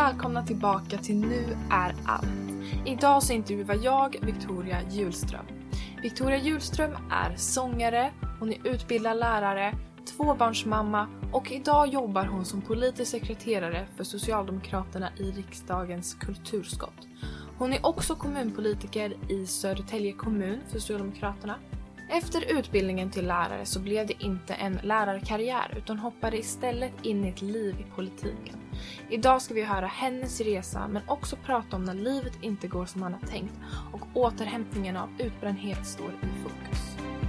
välkomna tillbaka till Nu är allt. Idag så intervjuar jag Victoria Hjulström. Victoria Hjulström är sångare, hon är utbildad lärare, tvåbarnsmamma och idag jobbar hon som politisk sekreterare för Socialdemokraterna i riksdagens kulturskott. Hon är också kommunpolitiker i Södertälje kommun för Socialdemokraterna. Efter utbildningen till lärare så blev det inte en lärarkarriär utan hoppade istället in i ett liv i politiken. Idag ska vi höra hennes resa men också prata om när livet inte går som man har tänkt och återhämtningen av utbrändhet står i fokus.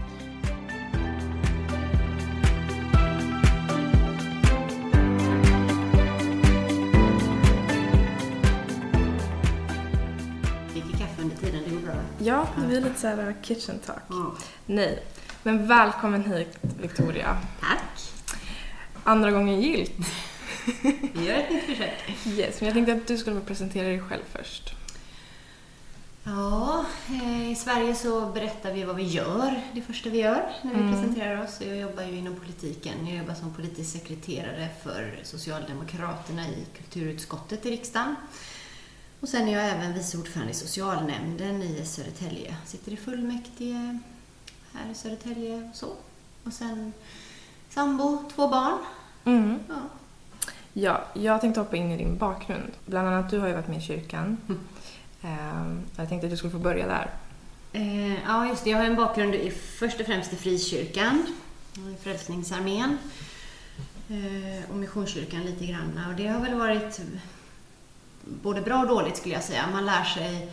Ja, det blir lite såhär kitchen talk. Mm. Nej, men välkommen hit Victoria. Tack. Andra gången gillt. Vi gör ett nytt försök. Yes, men jag tänkte att du skulle presentera dig själv först. Ja, i Sverige så berättar vi vad vi gör. Det första vi gör när vi presenterar oss. Jag jobbar ju inom politiken. Jag jobbar som politisk sekreterare för Socialdemokraterna i kulturutskottet i riksdagen. Och sen är jag även vice ordförande i socialnämnden i Södertälje. Sitter i fullmäktige här i Södertälje och så. Och sen sambo, 2 barn. Mm. Ja. Ja, jag tänkte hoppa in i din bakgrund. Bland annat du har ju varit med i kyrkan. Jag tänkte att du skulle få börja där. Ja, just det. Jag har en bakgrund först och främst i frikyrkan, Frälsningsarmén och Missionskyrkan lite grann. Och det har väl varit både bra och dåligt skulle jag säga. Man lär sig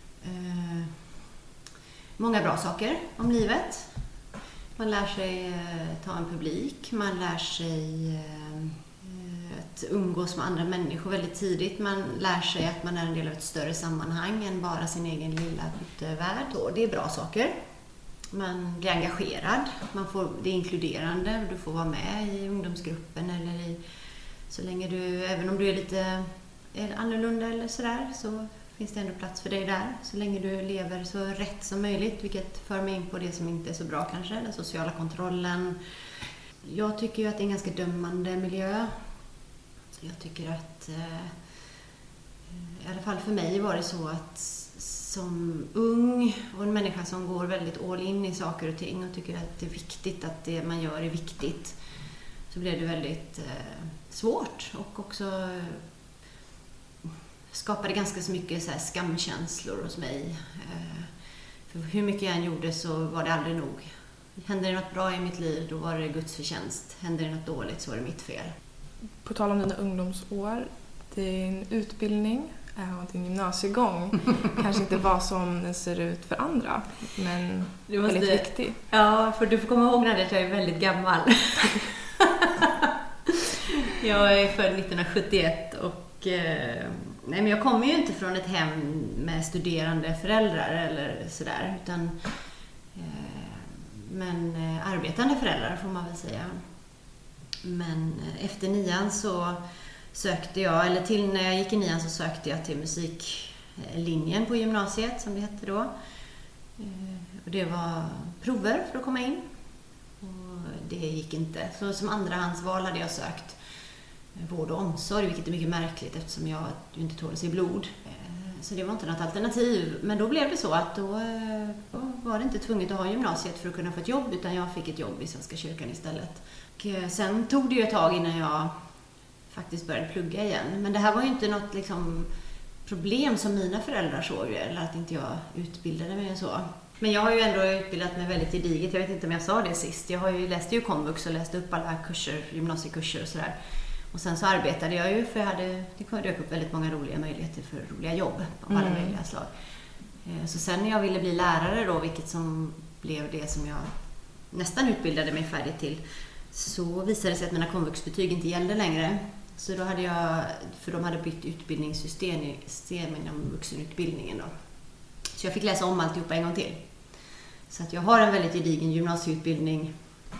många bra saker om livet. Man lär sig ta en publik. Man lär sig att umgås med andra människor väldigt tidigt. Man lär sig att man är en del av ett större sammanhang än bara sin egen lilla värld. Det är bra saker. Man blir engagerad. Det är inkluderande. Du får vara med i ungdomsgruppen eller så länge du, även om du är lite annorlunda eller sådär, så finns det ändå plats för dig där. Så länge du lever så rätt som möjligt, vilket för mig in på det som inte är så bra kanske, den sociala kontrollen. Jag tycker ju att det är en ganska dömande miljö. Jag tycker att i alla fall för mig var det så att som ung och en människa som går väldigt all in i saker och ting och tycker att det är viktigt, att det man gör är viktigt, så blev det väldigt svårt och också skapade ganska så mycket så här skamkänslor hos mig. För hur mycket jag än gjorde så var det aldrig nog. Hände det något bra i mitt liv, då var det Guds förtjänst. Hände det något dåligt så var det mitt fel. På tal om dina ungdomsår, din utbildning och din gymnasiegång kanske inte var som den ser ut för andra, men väldigt viktig. Ja, för du får komma ihåg när jag är väldigt gammal. Jag är född 1971 och nej, men jag kommer ju inte från ett hem med studerande föräldrar eller sådär, utan men arbetande föräldrar får man väl säga. Men efter 9:an så sökte jag, eller till när jag gick i 9:an så sökte jag till musiklinjen på gymnasiet som det hette då. Och det var prover för att komma in. Och det gick inte. Så som andrahandsval hade jag sökt vård och omsorg, vilket är mycket märkligt eftersom jag inte tål sig blod. Så det var inte något alternativ. Men då blev det så att då var det inte tvunget att ha gymnasiet för att kunna få ett jobb, utan jag fick ett jobb i Svenska kyrkan istället. Och sen tog det ju ett tag innan jag faktiskt började plugga igen. Men det här var ju inte något liksom problem som mina föräldrar såg, eller att inte jag utbildade mig och så. Men jag har ju ändå utbildat mig väldigt gediget. Jag vet inte om jag sa det sist. Jag har ju läste ju komvux och läste upp alla kurser, gymnasiekurser och sådär. Och sen så arbetade jag ju, för det dök upp väldigt många roliga möjligheter för roliga jobb av alla möjliga slag. Så sen när jag ville bli lärare då, vilket som blev det som jag nästan utbildade mig färdigt till, så visade det sig att mina komvuxbetyg inte gällde längre. Så då hade för de hade bytt utbildningssystem inom vuxenutbildningen då. Så jag fick läsa om alltihopa en gång till. Så att jag har en väldigt gedigen gymnasieutbildning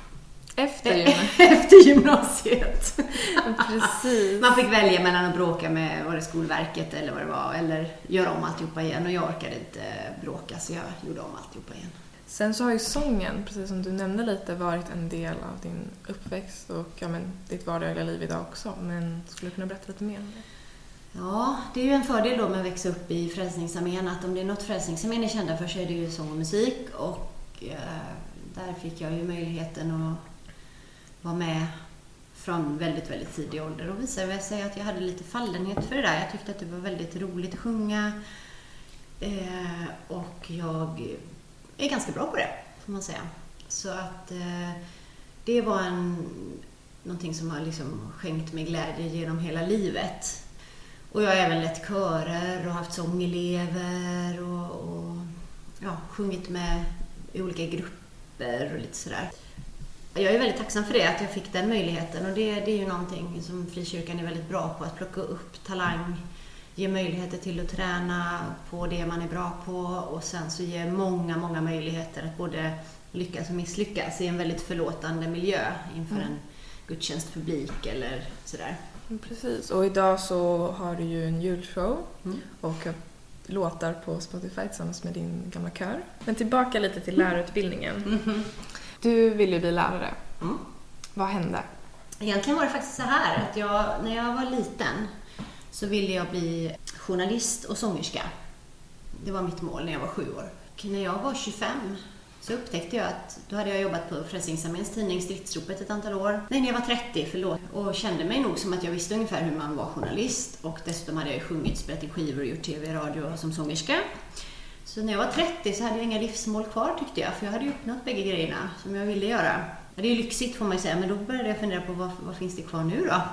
efter gymnasiet. Precis. Man fick välja mellan att bråka med var det Skolverket eller vad det var, eller göra om alltihopa igen, och jag orkade inte bråka så jag gjorde om alltihopa igen. Sen så har ju sången, precis som du nämnde lite, varit en del av din uppväxt och ditt vardagliga liv idag också. Men skulle du kunna berätta lite mer om det? Ja, det är ju en fördel då med att växa upp i Frälsningsarmén, att om det är något Frälsningsarmén är kända för så är det ju sång och musik, och där fick jag ju möjligheten att vara med från väldigt, väldigt tidig ålder, och visade sig att jag hade lite fallenhet för det där. Jag tyckte att det var väldigt roligt att sjunga, och jag är ganska bra på det, får man säga. Så att det var någonting som har liksom skänkt mig glädje genom hela livet. Och jag har även lett körer och haft sångelever och sjungit med i olika grupper och lite sådär. Jag är väldigt tacksam för det, att jag fick den möjligheten, och det är ju någonting som frikyrkan är väldigt bra på, att plocka upp talang, ge möjligheter till att träna på det man är bra på, och sen så ge många, många möjligheter att både lyckas och misslyckas i en väldigt förlåtande miljö inför en gudstjänstpublik eller sådär. Precis, och idag så har du ju en julshow och låtar på Spotify tillsammans med din gamla kör. Men tillbaka lite till lärarutbildningen. Du ville ju bli lärare. Vad hände? Egentligen var det faktiskt så här att när jag var liten så ville jag bli journalist och sångerska. Det var mitt mål när jag var 7 år. Och när jag var 25 så upptäckte jag att då hade jag jobbat på Frälsningsarméns tidning Stridsropet ett antal år. Nej, när jag var 30, och kände mig nog som att jag visste ungefär hur man var journalist, och dessutom hade jag sjungit, spelat in skivor och gjort tv, radio som sångerska. Så när jag var 30 så hade jag inga livsmål kvar, tyckte jag, för jag hade uppnått bägge grejerna som jag ville göra. Det är ju lyxigt, får man ju säga, men då började jag fundera på vad finns det kvar nu då?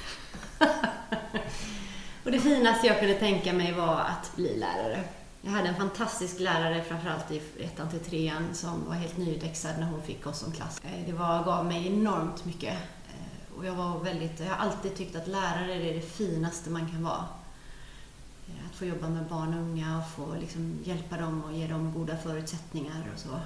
Och det finaste jag kunde tänka mig var att bli lärare. Jag hade en fantastisk lärare, framförallt i 1-3, som var helt nyutexad när hon fick oss som klass. Det gav mig enormt mycket, och jag har alltid tyckt att lärare är det finaste man kan vara. Att få jobba med barn och unga och få liksom hjälpa dem och ge dem goda förutsättningar och så.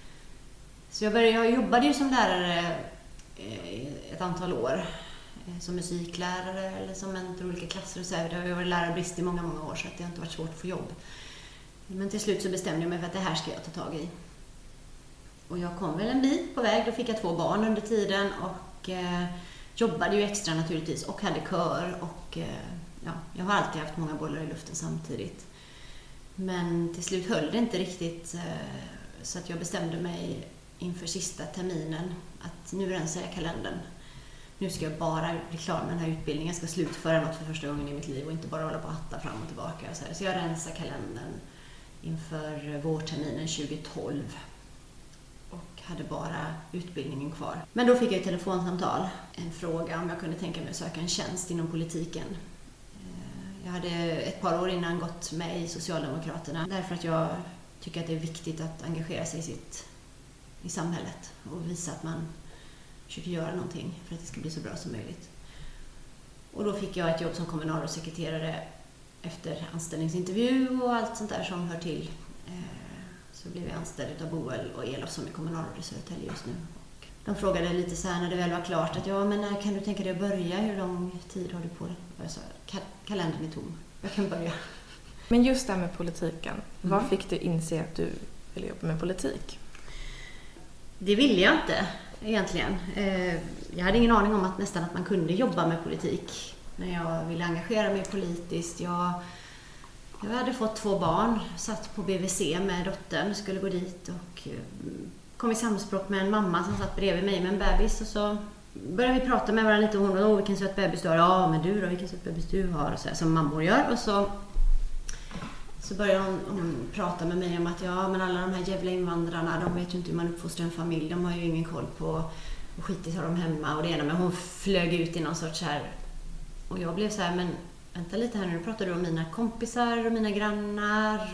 Så jag jobbade ju som lärare ett antal år. Som musiklärare eller som mentor i olika klasser och så här. Det har ju varit lärarbrist i många, många år, så att det har inte varit svårt att få jobb. Men till slut så bestämde jag mig för att det här ska jag ta tag i. Och jag kom väl en bit på väg, då fick jag 2 barn under tiden, och jobbade ju extra naturligtvis och hade kör, och jag har alltid haft många bollar i luften samtidigt. Men till slut höll det inte riktigt, så att jag bestämde mig inför sista terminen att nu rensar jag kalendern. Nu ska jag bara bli klar med den här utbildningen. Jag ska slutföra något för första gången i mitt liv och inte bara hålla på att hatta fram och tillbaka. Så jag rensar kalendern inför vårterminen 2012 och hade bara utbildningen kvar. Men då fick jag ett telefonsamtal, en fråga om jag kunde tänka mig att söka en tjänst inom politiken. Jag hade ett par år innan gått med i Socialdemokraterna därför att jag tycker att det är viktigt att engagera sig i samhället och visa att man försöker göra någonting för att det ska bli så bra som möjligt. Och då fick jag ett jobb som kommunalrådssekreterare efter anställningsintervju och allt sånt där som hör till. Så blev jag anställd av Boel och Elof som är kommunalråd i Södertälje just nu. Och de frågade lite så här när det väl var klart att men när kan du tänka dig att börja? Hur lång tid har du på det? Och jag sa, kalendern är tom. Jag kan börja. Men just det här med politiken. Vad fick du inse att du ville jobba med politik? Det ville jag inte egentligen. Jag hade ingen aning om att man kunde jobba med politik när jag ville engagera mig politiskt. Jag hade fått 2 barn, satt på BVC med dottern, skulle gå dit och kom i samspråk med en mamma som satt bredvid mig med en bebis, och så började vi prata med varandra lite, och hon vilken söt bebis du har, ja men du då, vilken söt bebis du har, och så här, som mammor gör, och så började hon prata med mig om att men alla de här jävla invandrarna, de vet ju inte hur man uppfostrar en familj, de har ju ingen koll på hur skitigt har de hemma och det ena, men hon flög ut i någon sorts här, och jag blev så här, men vänta lite här nu, pratar du om mina kompisar och mina grannar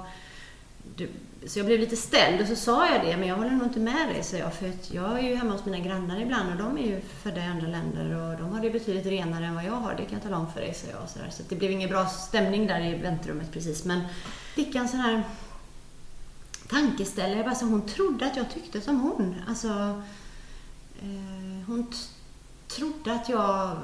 så jag blev lite ställd, och så sa jag det, men jag håller nog inte med dig, så jag, för att jag är ju hemma hos mina grannar ibland och de är ju födda i andra länder och de har det betydligt renare än vad jag har, det kan jag tala om för dig, så jag, så det blev ingen bra stämning där i väntrummet precis, men fick en sån här tankeställare, bara så hon trodde att jag tyckte som hon, alltså hon trodde att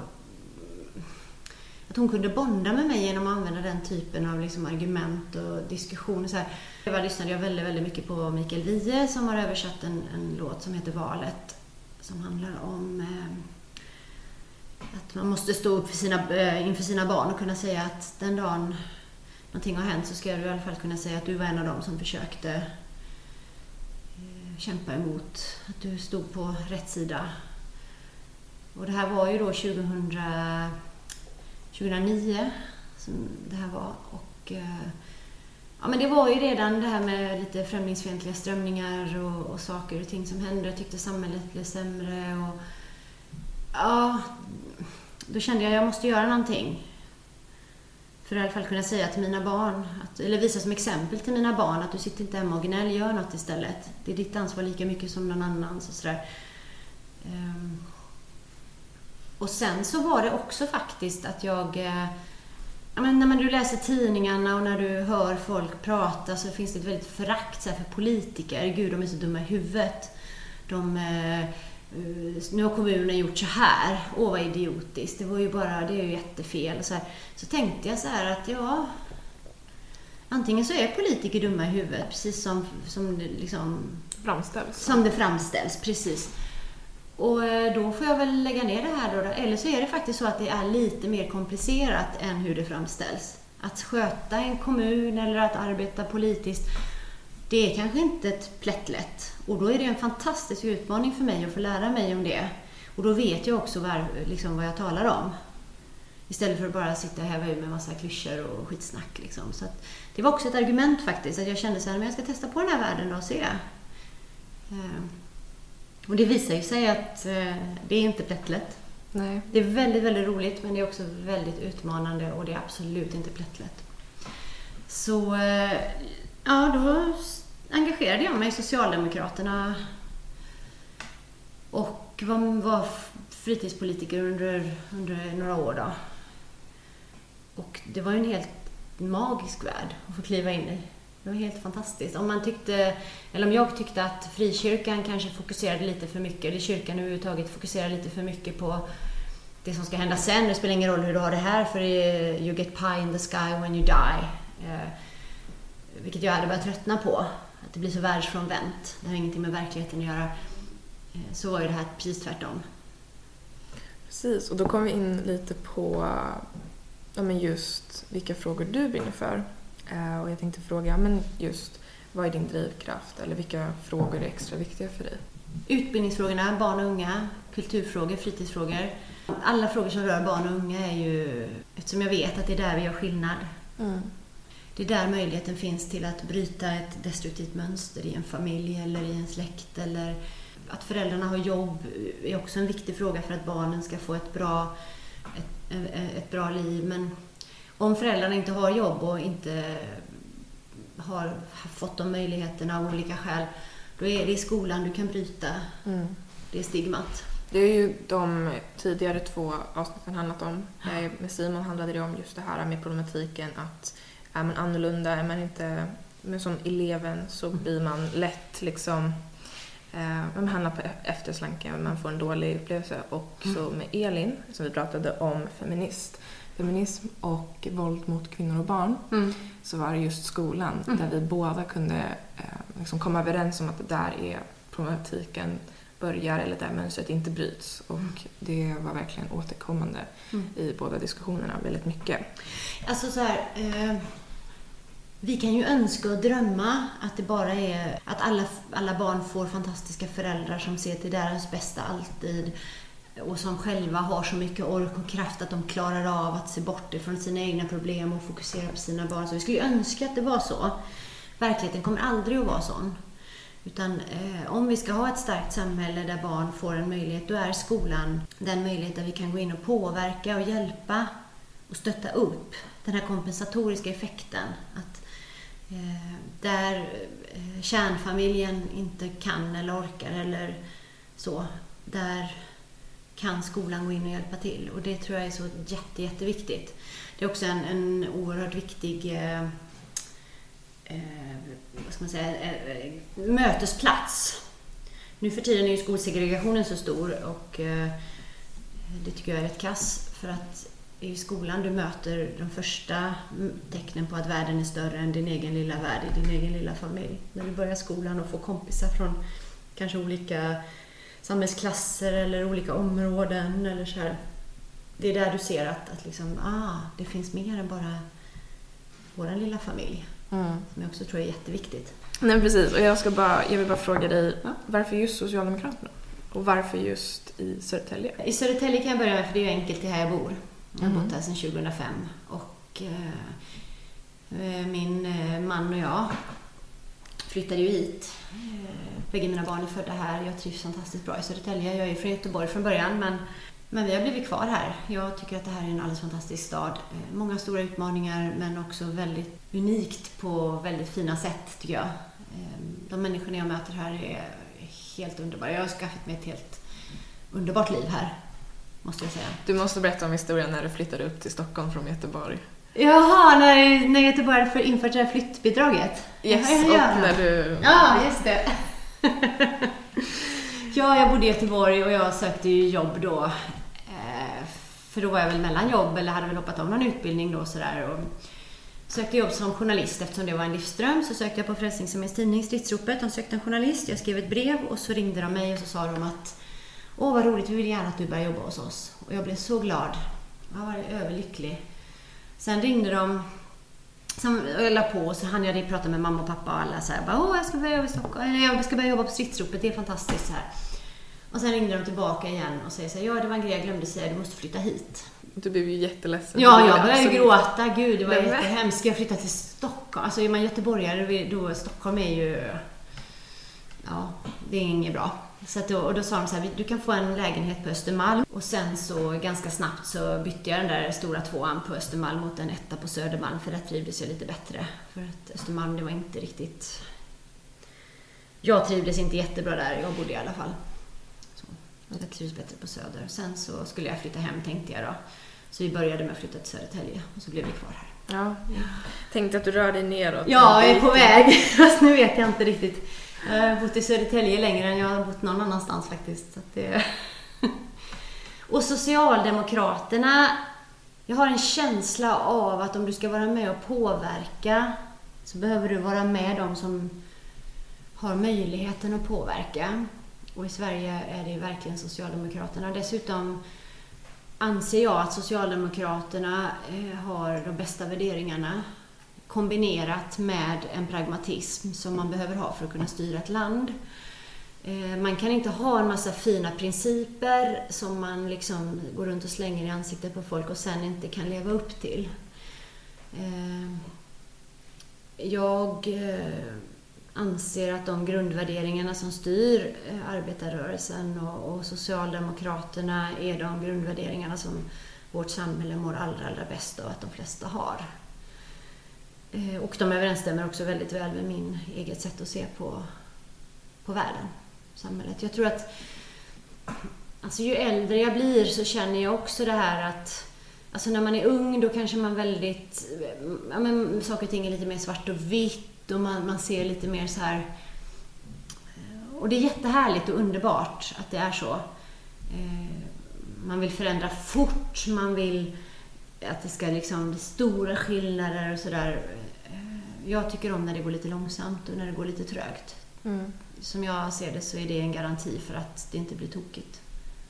hon kunde bonda med mig genom att använda den typen av liksom argument och diskussioner. Så här. Jag lyssnade väldigt, väldigt mycket på Mikael Wiehe som har översatt en låt som heter Valet, som handlar om Att man måste stå upp inför sina barn och kunna säga att den dagen någonting har hänt så ska du i alla fall kunna säga att du var en av dem som försökte kämpa emot. Att du stod på rätt sida. Och det här var ju då 2009 som det här var. Och ja, men det var ju redan det här med lite främlingsfientliga strömningar och saker och ting som hände. Jag tyckte samhället blev sämre och ja, då kände jag måste göra någonting. För att i alla fall kunna säga till mina barn, eller visa som exempel till mina barn att du sitter inte hemma och gnäll, gör något istället. Det är ditt ansvar lika mycket som någon annans och sådär. Och sen så var det också faktiskt att när du läser tidningarna och när du hör folk prata så finns det ett väldigt förakt för politiker. Gud, de är så dumma i huvudet. Nu har kommunen gjort så här. Åh, vad idiotiskt. Det är ju jättefel. Så tänkte jag så här att antingen så är politiker dumma i huvudet, precis som det liksom framställs. Som det framställs, precis. Och då får jag väl lägga ner det här då. Eller så är det faktiskt så att det är lite mer komplicerat än hur det framställs. Att sköta en kommun eller att arbeta politiskt, det är kanske inte ett plättlätt. Och då är det en fantastisk utmaning för mig att få lära mig om det. Och då vet jag också vad jag talar om. Istället för att bara sitta och häva ur med en massa klyschor och skitsnack. Liksom. Så att det var också ett argument faktiskt. Att jag kände så här, men jag ska testa på den här världen då och se. Och det visar ju sig att det är inte plättlätt. Nej. Det är väldigt, väldigt roligt, men det är också väldigt utmanande och det är absolut inte plättlätt. Så då engagerade jag mig i Socialdemokraterna och var fritidspolitiker under några år då. Och det var ju en helt magisk värld att få kliva in i. Det var helt fantastiskt. Om jag tyckte att frikyrkan kanske fokuserade lite för mycket, eller kyrkan överhuvudtaget fokuserade lite för mycket på det som ska hända sen. Det spelar ingen roll hur du har det här, för you get pie in the sky when you die. Vilket jag hade börjat tröttna på. Att det blir så världsfrånvänt. Det har ingenting med verkligheten att göra. Så var ju det här precis tvärtom. Precis, och då kom vi in lite på just vilka frågor du brinner för. Och jag tänkte fråga, just vad är din drivkraft? Eller vilka frågor är extra viktiga för dig? Utbildningsfrågorna, barn och unga, kulturfrågor, fritidsfrågor. Alla frågor som rör barn och unga är ju, eftersom jag vet att det är där vi gör skillnad. Mm. Det är där möjligheten finns till att bryta ett destruktivt mönster i en familj eller i en släkt. Eller att föräldrarna har jobb är också en viktig fråga för att barnen ska få ett bra liv. Men om föräldrarna inte har jobb och inte har fått de möjligheterna av olika skäl, då är det i skolan du kan bryta det stigmat. Det är ju de tidigare 2 avsnitten handlat om. Med Simon handlade det om just det här med problematiken att är man annorlunda, är man inte, men som eleven så blir man lätt liksom man hamnar på efterslanken, man får en dålig upplevelse. Och så med Elin som vi pratade om feminism och våld mot kvinnor och barn, så var det just skolan där vi båda kunde liksom komma överens om att det där är problematiken börjar, eller där mönstret inte bryts. Och det var verkligen återkommande i båda diskussionerna väldigt mycket. Alltså så här, vi kan ju önska och drömma att det bara är att alla barn får fantastiska föräldrar som ser till deras bästa alltid och som själva har så mycket ork och kraft att de klarar av att se bort ifrån sina egna problem och fokusera på sina barn. Så vi skulle ju önska att det var så. Verkligheten kommer aldrig att vara sån. Utan om vi ska ha ett starkt samhälle där barn får en möjlighet, då är skolan den möjlighet där vi kan gå in och påverka och hjälpa och stötta upp den här kompensatoriska effekten. Att där kärnfamiljen inte kan eller orkar eller så, där kan skolan gå in och hjälpa till. Och det tror jag är så jätteviktigt. Det är också en oerhört viktig mötesplats. Nu för tiden är ju skolsegregationen så stor och det tycker jag är rätt kass, för att i skolan du möter de första tecknen på att världen är större än din egen lilla värld i din egen lilla familj. När du börjar skolan och får kompisar från kanske olika samhällsklasser eller olika områden eller så här. det är där du ser att liksom, det finns mer än bara vår lilla familj. Som jag också tror är jätteviktigt. Nej, precis. Och jag vill bara fråga dig, varför just Socialdemokraterna? Och varför just i Södertälje? I Södertälje kan jag börja med, för det är enkelt, det här jag bor. Jag har bott här sedan 2005. Och min man och jag flyttade ju hit. Bägge mina barn är födda här. Jag trivs fantastiskt bra i Södertälje. Jag är från Göteborg från början, men vi har blivit kvar här. Jag tycker att det här är en alldeles fantastisk stad. Många stora utmaningar, men också väldigt unikt på väldigt fina sätt, tycker jag. De människorna jag möter här är helt underbara. Jag har skaffat mig ett helt underbart liv här, måste jag säga. Du måste berätta om historien när du flyttade upp till Stockholm från Göteborg. Jaha, när Göteborg infört det här flyttbidraget. Yes, och när du... Ja, just det. Ja, jag bodde i Göteborg och jag sökte ju jobb då. För då var jag väl mellan jobb eller hade väl hoppat av någon utbildning då sådär. Och sökte jobb som journalist eftersom det var en livsdröm. Så sökte jag på Frälsningsarméns tidning Stridsropet. De sökte en journalist. Jag skrev ett brev och så ringde de mig och så sa de att vad roligt, vi vill gärna att du börjar jobba hos oss. Och jag blev så glad. Jag var överlycklig. Sen ringde de, jag la på och så hann jag prata med mamma och pappa och alla så här, jag ska börja jobba i Stockholm, eller jag ska börja jobba på Stridsropet, det är fantastiskt så här. Och sen ringde de tillbaka igen och säger så här, det var en grej jag glömde säga, du måste flytta hit. Du blev ju jätteledsen. Ja, jag började ju gråta, gud det var jättehemskt, ska jag flytta till Stockholm? Alltså är man göteborgare, då Stockholm är ju, det är inget bra. Så då sa de så här, du kan få en lägenhet på Östermalm. Och sen så ganska snabbt så bytte jag den där stora 2:an på Östermalm mot en 1:a på Södermalm. För där trivdes jag lite bättre. För att Östermalm, det var inte riktigt... Jag trivdes inte jättebra där, jag bodde i alla fall. Så jag trivdes bättre på Söder. Sen så skulle jag flytta hem, tänkte jag då. Så vi började med att flytta till Södertälje. Och så blev vi kvar här. Ja. Tänkte att du rör dig neråt. Ja, jag är på väg. Fast nu vet jag inte riktigt. Jag har bott i Södertälje längre än jag har bott någon annanstans faktiskt. Så att det... Och Socialdemokraterna, jag har en känsla av att om du ska vara med och påverka så behöver du vara med de som har möjligheten att påverka. Och i Sverige är det verkligen Socialdemokraterna. Dessutom anser jag att Socialdemokraterna har de bästa värderingarna kombinerat med en pragmatism som man behöver ha för att kunna styra ett land. Man kan inte ha en massa fina principer som man liksom går runt och slänger i ansiktet på folk och sen inte kan leva upp till. Jag anser att de grundvärderingarna som styr arbetarrörelsen och Socialdemokraterna är de grundvärderingarna som vårt samhälle mår allra bäst av att de flesta har. Och de överensstämmer också väldigt väl med min eget sätt att se på världen, samhället. Jag tror att alltså, ju äldre jag blir så känner jag också det här att alltså, när man är ung då kanske man väldigt saker och ting är lite mer svart och vitt och man ser lite mer så här, och det är jättehärligt och underbart att det är så. Man vill förändra fort, man vill att det ska liksom stora skillnader och sådär. Jag tycker om när det går lite långsamt och när det går lite trögt. Som jag ser det så är det en garanti för att det inte blir tokigt.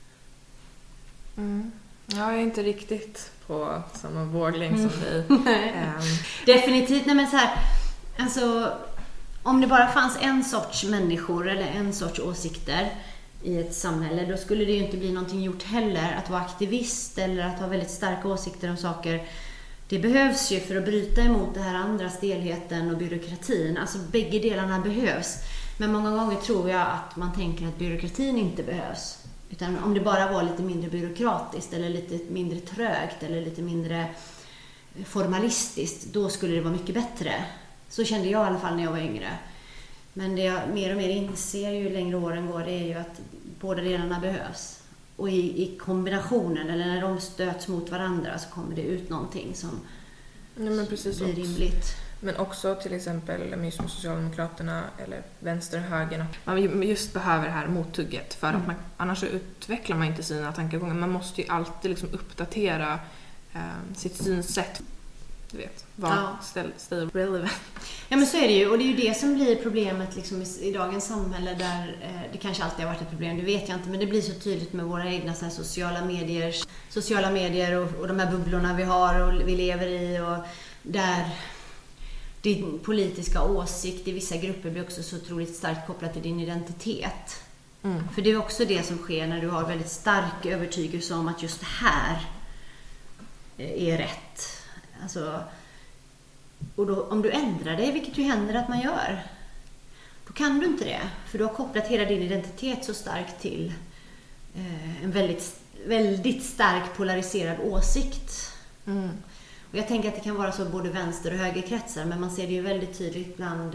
Ja, jag är inte riktigt på samma våglängd som dig. Definitivt, nej men så här, alltså om det bara fanns en sorts människor eller en sorts åsikter i ett samhälle, då skulle det ju inte bli någonting gjort heller. Att vara aktivist eller att ha väldigt starka åsikter om saker, det behövs ju för att bryta emot det här andra, stelheten och byråkratin. Alltså bägge delarna behövs. Men många gånger tror jag att man tänker att byråkratin inte behövs. Utan om det bara var lite mindre byråkratiskt eller lite mindre trögt eller lite mindre formalistiskt, då skulle det vara mycket bättre. Så kände jag i alla fall när jag var yngre. Men det jag mer och mer inser ju längre åren går, det är ju att båda delarna behövs. Och i kombinationen, eller när de stöts mot varandra, så kommer det ut någonting som blir rimligt. Men också till exempel som Socialdemokraterna eller vänster och höger. Man just behöver det här mottugget för att annars så utvecklar man inte sina tankegångar. Man måste ju alltid liksom uppdatera sitt synsätt. du vet, stay relevant. Ja, men så är det ju. Och det är ju det som blir problemet liksom i dagens samhälle, där det kanske alltid har varit ett problem, det vet jag inte, men det blir så tydligt med våra egna så här, sociala medier och de här bubblorna vi har och vi lever i, och där din politiska åsikt i vissa grupper blir också så otroligt starkt kopplat till din identitet. För det är också det som sker när du har väldigt stark övertygelse om att just det här är rätt. Alltså, och då, om du ändrar dig, vilket ju händer att man gör, då kan du inte det. För du har kopplat hela din identitet så starkt till en väldigt, väldigt stark polariserad åsikt. Och jag tänker att det kan vara så både vänster- och högerkretsar, men man ser det ju väldigt tydligt bland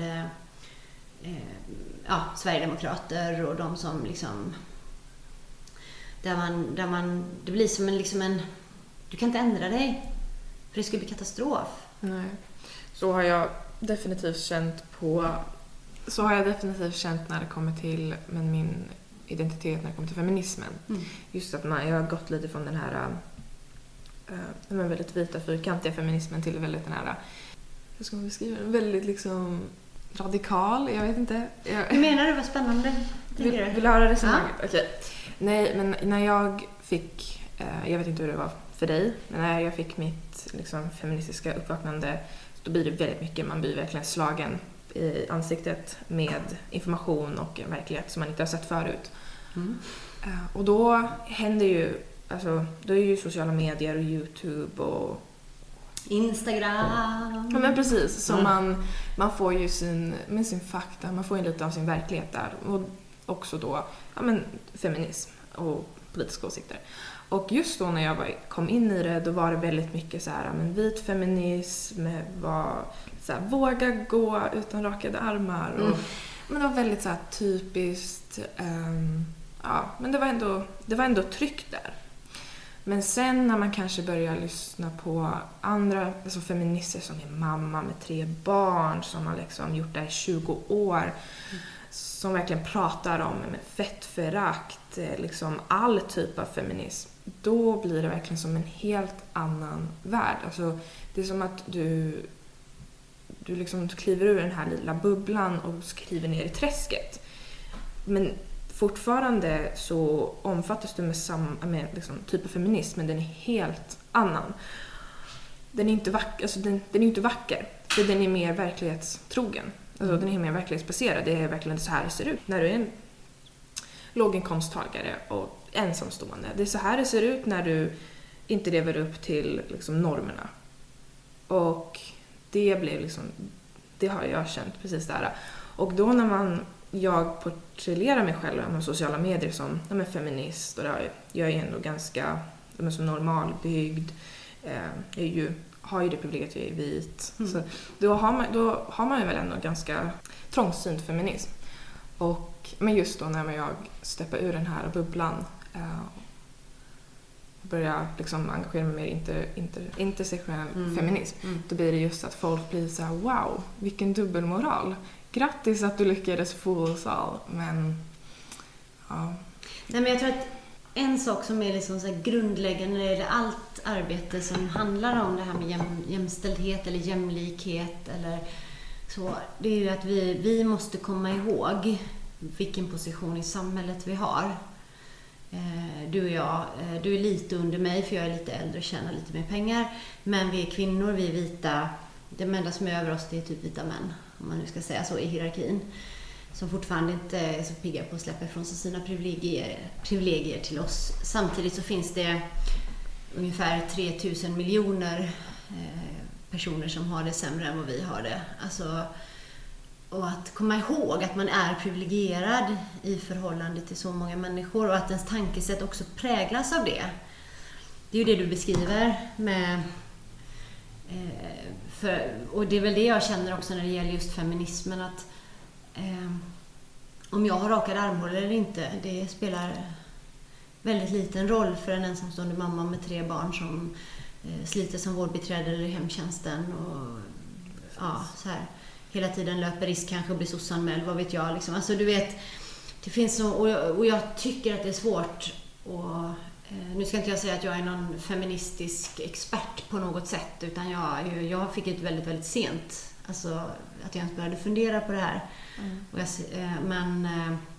Sverigedemokrater och de som liksom där man det blir som en du kan inte ändra dig för det skulle bli katastrof. Nej. Så har jag definitivt känt när det kommer till min identitet, när det kommer till feminismen. Just att jag har gått lite från den här väldigt vita fyrkantiga feminismen till väldigt den här, hur ska man beskriva den, väldigt liksom radikal, jag vet inte. Hur menar du? Vad spännande. Vill du höra resonemanget? Ja. Okej. Nej, men när jag fick, jag vet inte hur det var för dig, men när jag fick mitt liksom feministiska uppvaknande, då blir det väldigt mycket, man blir verkligen slagen i ansiktet med information och en verklighet som man inte har sett förut. Och då händer ju, alltså, då är ju sociala medier och YouTube och Instagram. Ja, men precis. Så man får ju sin fakta, man får ju lite av sin verklighet där. Och också då feminism och politiska åsikter. Och just då när jag kom in i det, då var det väldigt mycket så här, vit feminism, våga gå utan rakade armar. Och, men det var väldigt så här typiskt, men det var ändå tryck där. Men sen när man kanske börjar lyssna på andra, alltså feminister som är mamma med 3 barn, som har liksom gjort det här i 20 år, som verkligen pratar om fettförakt, liksom all typ av feminism, då blir det verkligen som en helt annan värld. Alltså, det är som att du liksom kliver ur den här lilla bubblan och skriver ner i träsket. Men fortfarande så omfattas du med samma liksom, typ av feminism, men den är helt annan. Den är inte vacker, alltså den är inte vacker, för den är mer verklighetstrogen. Alltså, den är mer verklighetsbaserad. Det är verkligen så här det ser ut när du är en låginkomsttagare och ensamstående. Det är så här det ser ut när du inte lever upp till liksom, normerna. Och det blev liksom, det har jag känt precis där. Och då när jag porträtterar mig själv på sociala medier som feminist, och jag är ändå ganska som normalbyggd, har ju det privilegiet att jag är vit. Så då har man ju väl ändå ganska trångsynt feminism. Men just då när jag steppar ur den här bubblan och börjar liksom engagera mig mer intersektionell feminism, då blir det just att folk blir så här: wow, vilken dubbelmoral. Grattis att du lyckades få oss all. Men ja. Nej, men jag tror att en sak som är liksom så här grundläggande när det gäller allt arbete som handlar om det här med jämställdhet eller jämlikhet eller så, det är ju att vi måste komma ihåg vilken position i samhället vi har. Du och jag, du är lite under mig för jag är lite äldre och tjänar lite mer pengar, men vi är kvinnor, vi är vita. Det enda som är över oss, det är typ vita män, om man nu ska säga så, i hierarkin, som fortfarande inte är så pigga på att släppa ifrån sig sina privilegier till oss. Samtidigt så finns det ungefär 3000 miljoner personer som har det sämre än vad vi har det. Alltså, och att komma ihåg att man är privilegierad i förhållande till så många människor, och att ens tankesätt också präglas av det. Det är ju det du beskriver med... och det är väl det jag känner också när det gäller just feminismen, att om jag har rakade armhålor eller inte, det spelar väldigt liten roll för en ensamstående mamma med 3 barn som sliter som vårdbiträde eller i hemtjänsten och så här, hela tiden löper risk kanske att bli sossanmäld, vad vet jag liksom. Alltså du vet, det finns så, och jag tycker att det är svårt Nu ska inte jag säga att jag är någon feministisk expert på något sätt, utan jag fick ut väldigt, väldigt sent. Alltså att jag inte började fundera på det här. Och men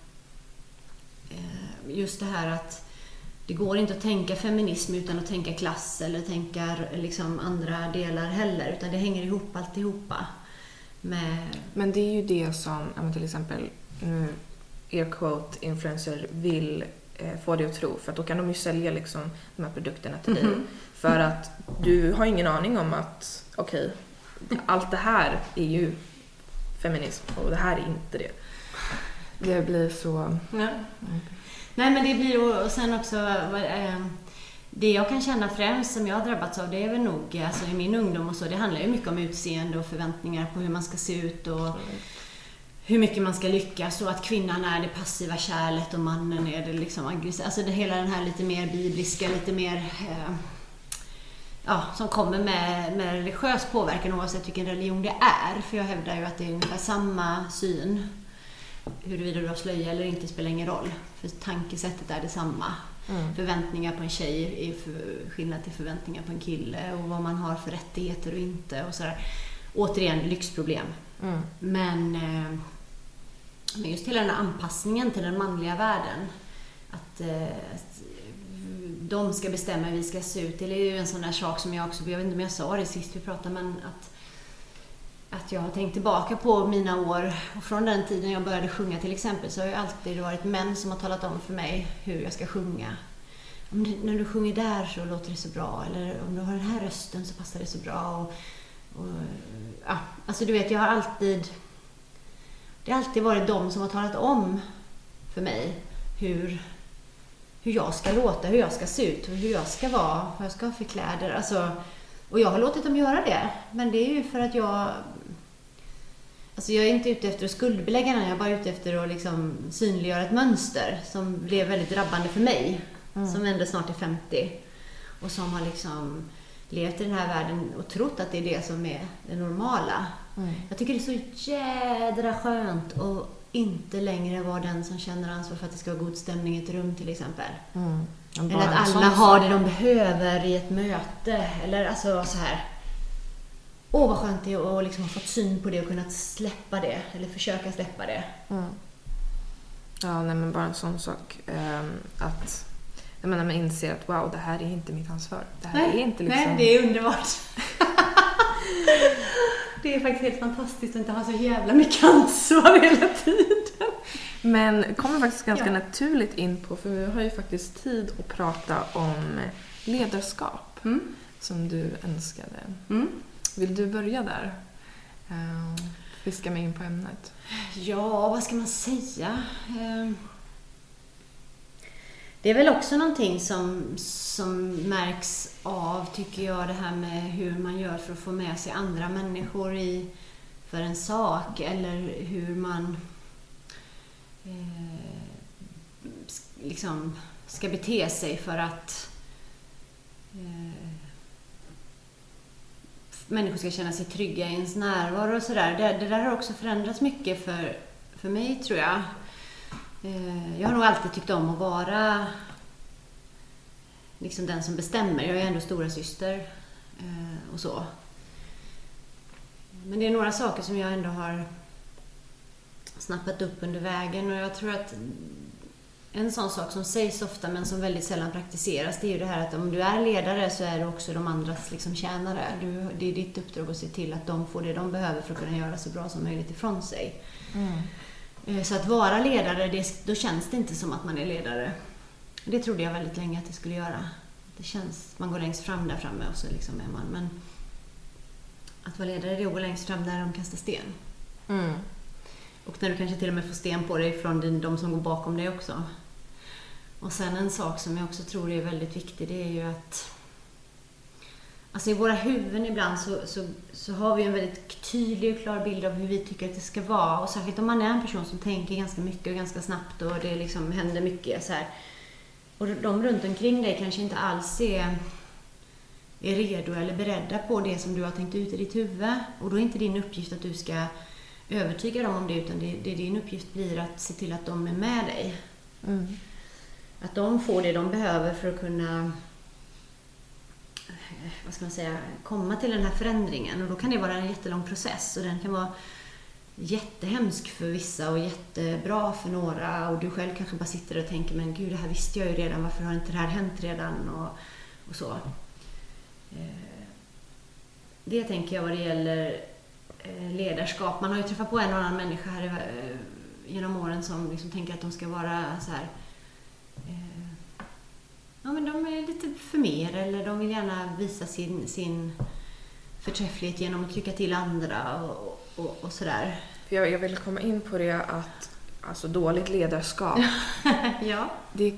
just det här att det går inte att tänka feminism utan att tänka klass eller tänka liksom andra delar heller, utan det hänger ihop alltihopa. Men det är ju det som till exempel nu air quote influencer vill få dig att tro, för att då kan de ju sälja liksom de här produkterna till dig. För att du har ingen aning om att okej, allt det här är ju feminism och det här är inte det. Det blir så... Ja. Nej, men det blir, och sen också det jag kan känna främst som jag har drabbats av, det är väl nog alltså i min ungdom och så, det handlar ju mycket om utseende och förväntningar på hur man ska se ut och hur mycket man ska lyckas, och att kvinnan är det passiva kärlet och mannen är det liksom aggressiva. Alltså det hela den här lite mer bibliska, lite mer som kommer med religiös påverkan oavsett vilken religion det är. För jag hävdar ju att det är ungefär samma syn. Huruvida du har slöja eller inte spelar ingen roll. För tankesättet är detsamma. Förväntningar på en tjej är skillnad till förväntningar på en kille. Och vad man har för rättigheter och inte. Och sådär. Återigen, lyxproblem. Men just hela den här anpassningen till den manliga världen. Att de ska bestämma hur vi ska se ut. Det är ju en sån där sak som jag också, jag vet inte om jag sa det sist vi pratade, men att jag har tänkt tillbaka på mina år, och från den tiden jag började sjunga till exempel, så har ju alltid varit män som har talat om för mig hur jag ska sjunga. När du sjunger där så låter det så bra, eller om du har den här rösten så passar det så bra. Alltså du vet, det har alltid varit de som har talat om för mig hur jag ska låta, hur jag ska se ut, hur jag ska vara, vad jag ska ha för kläder. Alltså, och jag har låtit dem göra det. Men det är ju för att jag är inte ute efter att skuldbelägga den. Jag är bara ute efter att liksom synliggöra ett mönster som blev väldigt drabbande för mig. Som ändå snart är 50. Och som har liksom levt i den här världen och trott att det är det som är det normala. Jag tycker det är så jädra skönt att inte längre vara den som känner ansvar för att det ska vara god stämning i ett rum till exempel. Eller att alla har det de behöver i ett möte. Eller alltså så här. Vad skönt det är att liksom ha fått syn på det och kunnat släppa det. Eller försöka släppa det. Ja, nej, men bara en sån sak. Att jag menar, man inser att wow, det här är inte mitt ansvar. Det här är inte liksom... Nej, det är underbart. Det är faktiskt helt fantastiskt att inte ha så jävla mycket ansvar hela tiden. Men kommer faktiskt ganska naturligt in på, för vi har ju faktiskt tid att prata om ledarskap som du önskade. Vill du börja där? Fiska mig in på ämnet. Ja, vad ska man säga? Det är väl också någonting som märks av, tycker jag, det här med hur man gör för att få med sig andra människor för en sak, eller hur man liksom ska bete sig för att människor ska känna sig trygga i ens närvaro och sådär. Det där har också förändrats mycket för mig, tror jag. Jag har nog alltid tyckt om att vara liksom den som bestämmer. Jag är ändå stora syster och så. Men det är några saker som jag ändå har snappat upp under vägen, och jag tror att en sån sak som sägs ofta men som väldigt sällan praktiseras, det är ju det här att om du är ledare så är du också de andras liksom tjänare. Det är ditt uppdrag att se till att de får det de behöver för att kunna göra så bra som möjligt ifrån sig. Så att vara ledare, då känns det inte som att man är ledare. Det trodde jag väldigt länge att det skulle göra. Det känns, man går längst fram där framme och så liksom är man. Men att vara ledare, det är att gå längst fram där de kastar sten. Och när du kanske till och med får sten på dig från de som går bakom dig också. Och sen en sak som jag också tror är väldigt viktig, det är ju att alltså i våra huvuden ibland så har vi en väldigt tydlig och klar bild av hur vi tycker att det ska vara. Och särskilt om man är en person som tänker ganska mycket och ganska snabbt och det liksom händer mycket så här. Och de runt omkring dig kanske inte alls är redo eller beredda på det som du har tänkt ut i ditt huvud. Och då är inte din uppgift att du ska övertyga dem om det, utan det din uppgift blir att se till att de är med dig. Att de får det de behöver för att kunna komma till den här förändringen. Och då kan det vara en jättelång process och den kan vara jättehemsk för vissa och jättebra för några. Och du själv kanske bara sitter och tänker, men gud, det här visste jag ju redan, varför har inte det här hänt redan? Och så. Det tänker jag vad det gäller ledarskap. Man har ju träffat på en och annan människa här genom åren som liksom tänker att de ska vara så här. Ja, men de är lite för mer, eller de vill gärna visa sin förträfflighet genom att trycka till andra och sådär. Jag vill komma in på det att alltså dåligt ledarskap, ja. det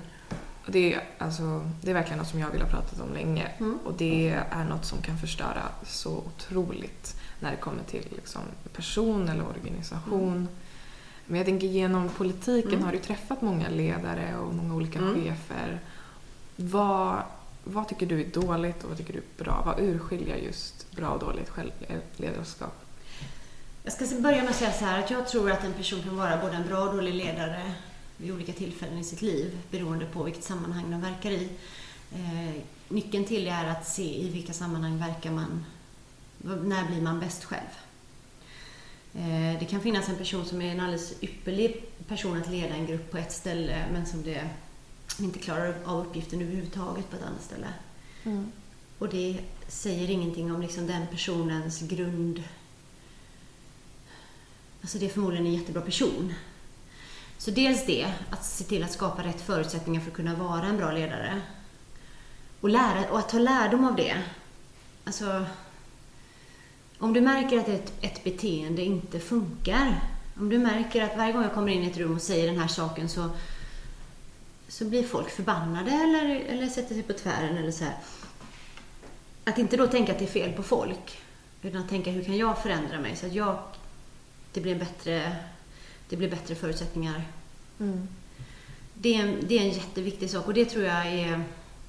är verkligen något som jag vill ha pratat om länge. Och det är något som kan förstöra så otroligt när det kommer till liksom person eller organisation. Men jag tänker genom politiken har du träffat många ledare och många olika chefer. Vad tycker du är dåligt och vad tycker du är bra? Vad urskiljer just bra och dåligt ledarskap? Jag ska börja med att säga så här, att jag tror att en person kan vara både en bra och dålig ledare vid olika tillfällen i sitt liv, beroende på vilket sammanhang de verkar i. Nyckeln till det är att se i vilka sammanhang verkar man, när blir man bäst själv. Det kan finnas en person som är en alldeles ypperlig person att leda en grupp på ett ställe, men som det inte klarar av uppgiften överhuvudtaget på ett annat ställe. Och det säger ingenting om liksom den personens grund. Alltså det är förmodligen en jättebra person. Så dels det, att se till att skapa rätt förutsättningar för att kunna vara en bra ledare. Och att ta lärdom av det. Alltså, om du märker att ett beteende inte funkar. Om du märker att varje gång jag kommer in i ett rum och säger den här saken så blir folk förbannade eller sätter sig på tvären eller så här. Att inte då tänka att det är fel på folk. Utan att tänka, hur kan jag förändra mig så att det blir bättre förutsättningar. Det är en jätteviktig sak, och det tror jag är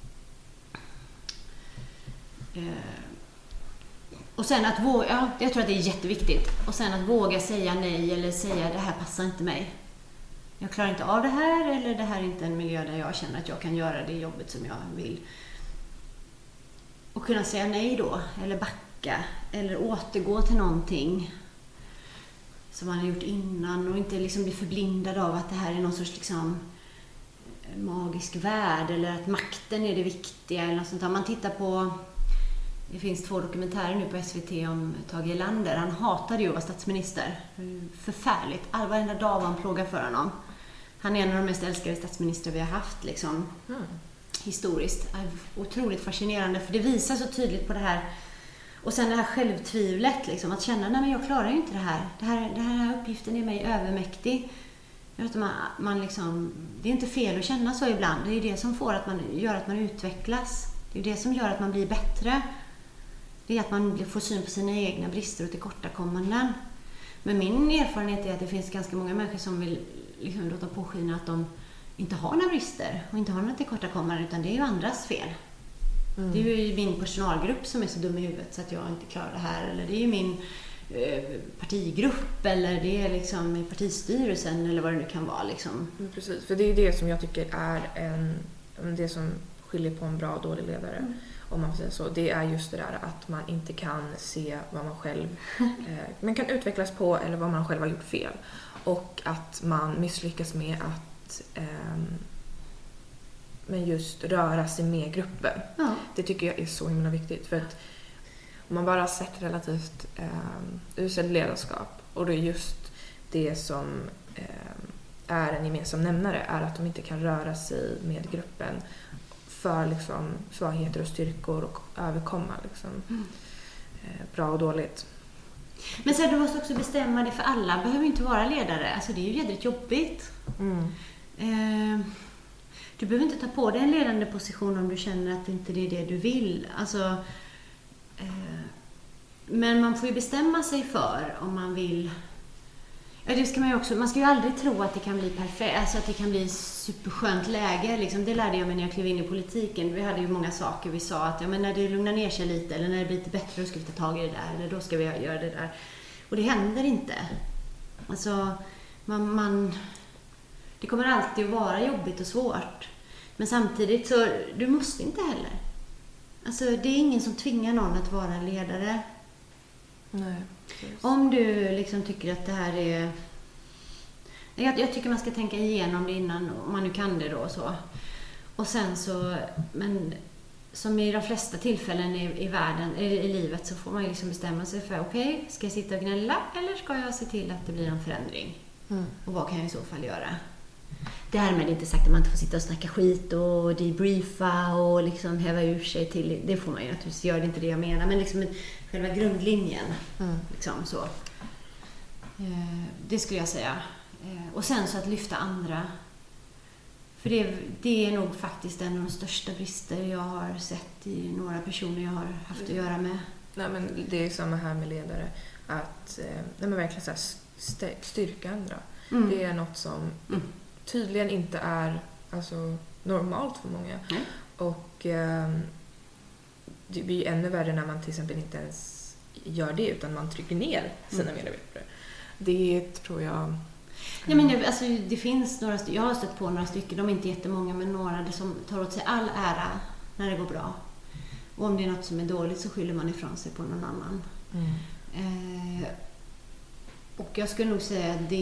och sen att våga, jag tror att det är jätteviktigt. Och sen att våga säga nej eller säga, det här passar inte mig. Jag klarar inte av det här, eller det här är inte en miljö där jag känner att jag kan göra det jobbet som jag vill. Och kunna säga nej då, eller backa, eller återgå till någonting som man har gjort innan, och inte liksom bli förblindad av att det här är någon sorts liksom magisk värld, eller att makten är det viktiga eller något sånt där. Man tittar på, det finns 2 dokumentärer nu på SVT om Tage Erlander. Han hatade ju att vara statsminister. Förfärligt. Varenda dag var han plågad för honom. Han är en av de mest älskade statsministrar vi har haft liksom, historiskt. Otroligt fascinerande, för det visar så tydligt på det här. Och sen det här självtvivlet, liksom, att känna, nej men jag klarar ju inte det här. Den här uppgiften är mig övermäktig. Man liksom, det är inte fel att känna så ibland. Det är det som gör att man utvecklas. Det är det som gör att man blir bättre. Det är att man får syn på sina egna brister och tillkortakommanden. Men min erfarenhet är att det finns ganska många människor som vill liksom låta påskina att de inte har några brister och inte har några tillkortakommanden, utan det är ju andras fel. Det är ju min personalgrupp som är så dum i huvudet så att jag inte klarar det här. Eller det är ju min partigrupp, eller det är liksom i partistyrelsen, eller vad det nu kan vara. Liksom. Precis, för det är det som jag tycker är det som skiljer på en bra och dålig ledare. Om man säger så. Det är just det där att man inte kan se vad man själv man kan utvecklas på, eller vad man själv har gjort fel. Och att man misslyckas med att men just röra sig med gruppen. Ja. Det tycker jag är så himla viktigt. För att om man bara har sett relativt usel ledarskap, och det är just det som är en gemensam nämnare, är att de inte kan röra sig med gruppen för liksom svagheter och styrkor och överkomma liksom, bra och dåligt. Men så du måste också bestämma det, för alla behöver inte vara ledare. Alltså det är ju jädrigt jobbigt. Du behöver inte ta på dig en ledande position om du känner att inte det är det du vill. Alltså, men man får ju bestämma sig för om man vill. Ja, det ska man ju också. Man ska ju aldrig tro att det kan bli perfekt, alltså att det kan bli superskönt läge. Liksom. Det lärde jag mig när jag klev in i politiken. Vi hade ju många saker. Vi sa att när det lugnar ner sig lite, eller när det blir lite bättre, då ska vi ta tag i det där, eller då ska vi göra det där. Och det händer inte. Alltså, Det kommer alltid att vara jobbigt och svårt. Men samtidigt så, du måste inte heller. Alltså det är ingen som tvingar någon att vara ledare. Nej, precis. Om du liksom tycker att det här är... Jag tycker man ska tänka igenom det innan, om man nu kan det då så. Och sen så, men som i de flesta tillfällen i världen, i livet, så får man ju liksom bestämma sig för okej, ska jag sitta och gnälla eller ska jag se till att det blir en förändring? Och vad kan jag i så fall göra? Därmed inte sagt att man inte får sitta och snacka skit och debriefa och liksom häva ur sig till, det får man ju naturligtvis göra, det är inte det jag menar, men liksom själva grundlinjen liksom så. Det skulle jag säga. Och sen så att lyfta andra. För det är nog faktiskt en av de största brister jag har sett i några personer jag har haft att göra med. Nej, men det är samma här med ledare. Att verkligen så här styrka andra. Det är något som tydligen inte är alltså, normalt för många. Och det blir ännu värre när man till exempel inte ens gör det utan man trycker ner sina medarbetare. Det tror jag... Ja, men alltså, det finns några jag har stött på några stycken, de är inte jättemånga, men några som tar åt sig all ära när det går bra. Och om det är något som är dåligt så skyller man ifrån sig på någon annan. Och jag skulle nog säga att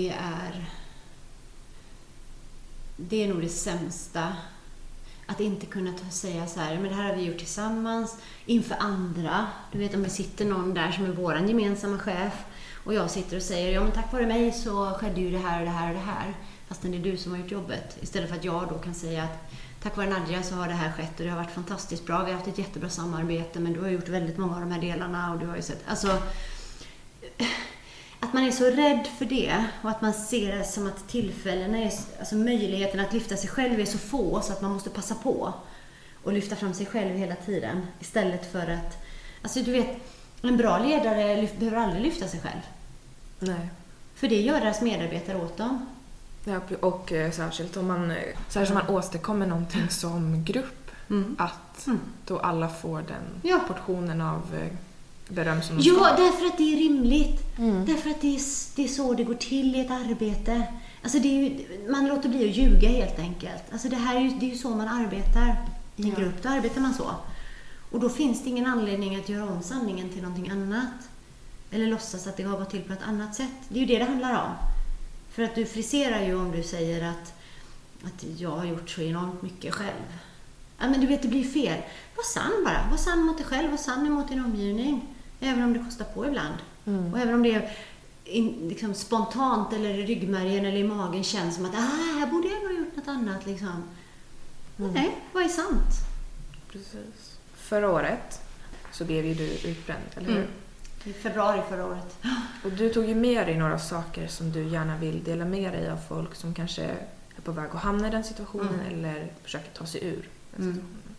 det är nog det sämsta. Att inte kunna säga så här, men det här har vi gjort tillsammans inför andra. Du vet om det sitter någon där som är våran gemensamma chef och jag sitter och säger, ja men tack vare mig så skedde ju det här och det här och det här. Fastän det är du som har gjort jobbet. Istället för att jag då kan säga att tack vare Nadja så har det här skett och det har varit fantastiskt bra. Vi har haft ett jättebra samarbete, men du har gjort väldigt många av de här delarna och du har ju sett, alltså att man är så rädd för det och att man ser det som att tillfällena är, alltså möjligheten att lyfta sig själv är så få så att man måste passa på och lyfta fram sig själv hela tiden istället för att, alltså du vet, en bra ledare behöver aldrig lyfta sig själv. Nej. För det gör deras medarbetare åt dem. Ja, och särskilt om man åstadkommer någonting som grupp, att då alla får den portionen av beröm som de ska. Ja, därför att det är rimligt. Därför att det är så det går till i ett arbete. Alltså det är ju, man låter bli att ljuga helt enkelt. Alltså det är ju så man arbetar i en grupp. Då arbetar man så. Och då finns det ingen anledning att göra om sanningen till någonting annat. Eller låtsas att det har gått till på ett annat sätt. Det är ju det handlar om. För att du friserar ju om du säger att jag har gjort så enormt mycket själv. Ja, men du vet, det blir fel. Var sann bara. Var sann mot dig själv. Var sann mot din omgivning. Även om det kostar på ibland. Och även om det är liksom spontant eller i ryggmärgen eller i magen känns som att här borde jag nog ha gjort något annat. Liksom. Nej, vad är sant? Precis. Förra året så blev ju du utbränd, eller hur? I februari förra året. Och du tog ju med dig några saker som du gärna vill dela med dig av folk som kanske är på väg att hamna i den situationen eller försöker ta sig ur den situationen.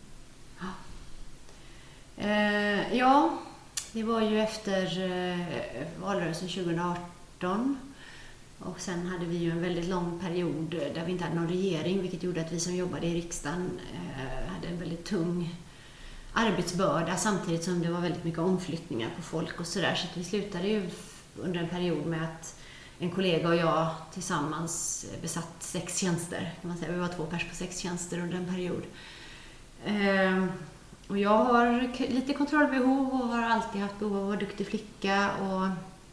Ja, det var ju efter valrörelsen 2018 och sen hade vi ju en väldigt lång period där vi inte hade någon regering, vilket gjorde att vi som jobbade i riksdagen hade en väldigt tung arbetsbörda samtidigt som det var väldigt mycket omflyttningar på folk och sådär, så att vi slutade ju under en period med att en kollega och jag tillsammans besatt 6 tjänster, kan man säga. Vi var 2 pers på 6 tjänster under en period. Och jag har lite kontrollbehov och har alltid haft behov av att vara duktig flicka och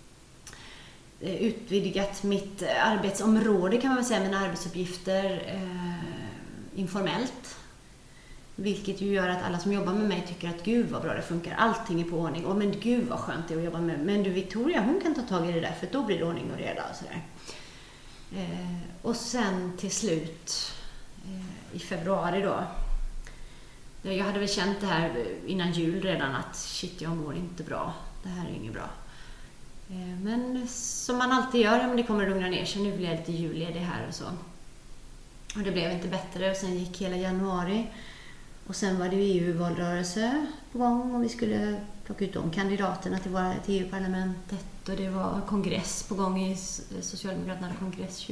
utvidgat mitt arbetsområde, kan man väl säga, mina arbetsuppgifter informellt. Vilket ju gör att alla som jobbar med mig tycker att gud vad bra det funkar, allting är på ordning. Och men gud vad skönt det är att jobba med. Men du Victoria, hon kan ta tag i det där för då blir det ordning och reda och sådär. Och sen till slut i februari då. Jag hade väl känt det här innan jul redan att shit, jag mår inte bra. Det här är inget bra. Men som man alltid gör, men det kommer att lugna ner sig. Nu blir jag lite julledig här och så. Och det blev inte bättre och sen gick hela januari. Och sen var det EU-valrörelse på gång och vi skulle plocka ut de kandidaterna till EU-parlamentet. Och det var kongress på gång i Socialdemokraterna kongress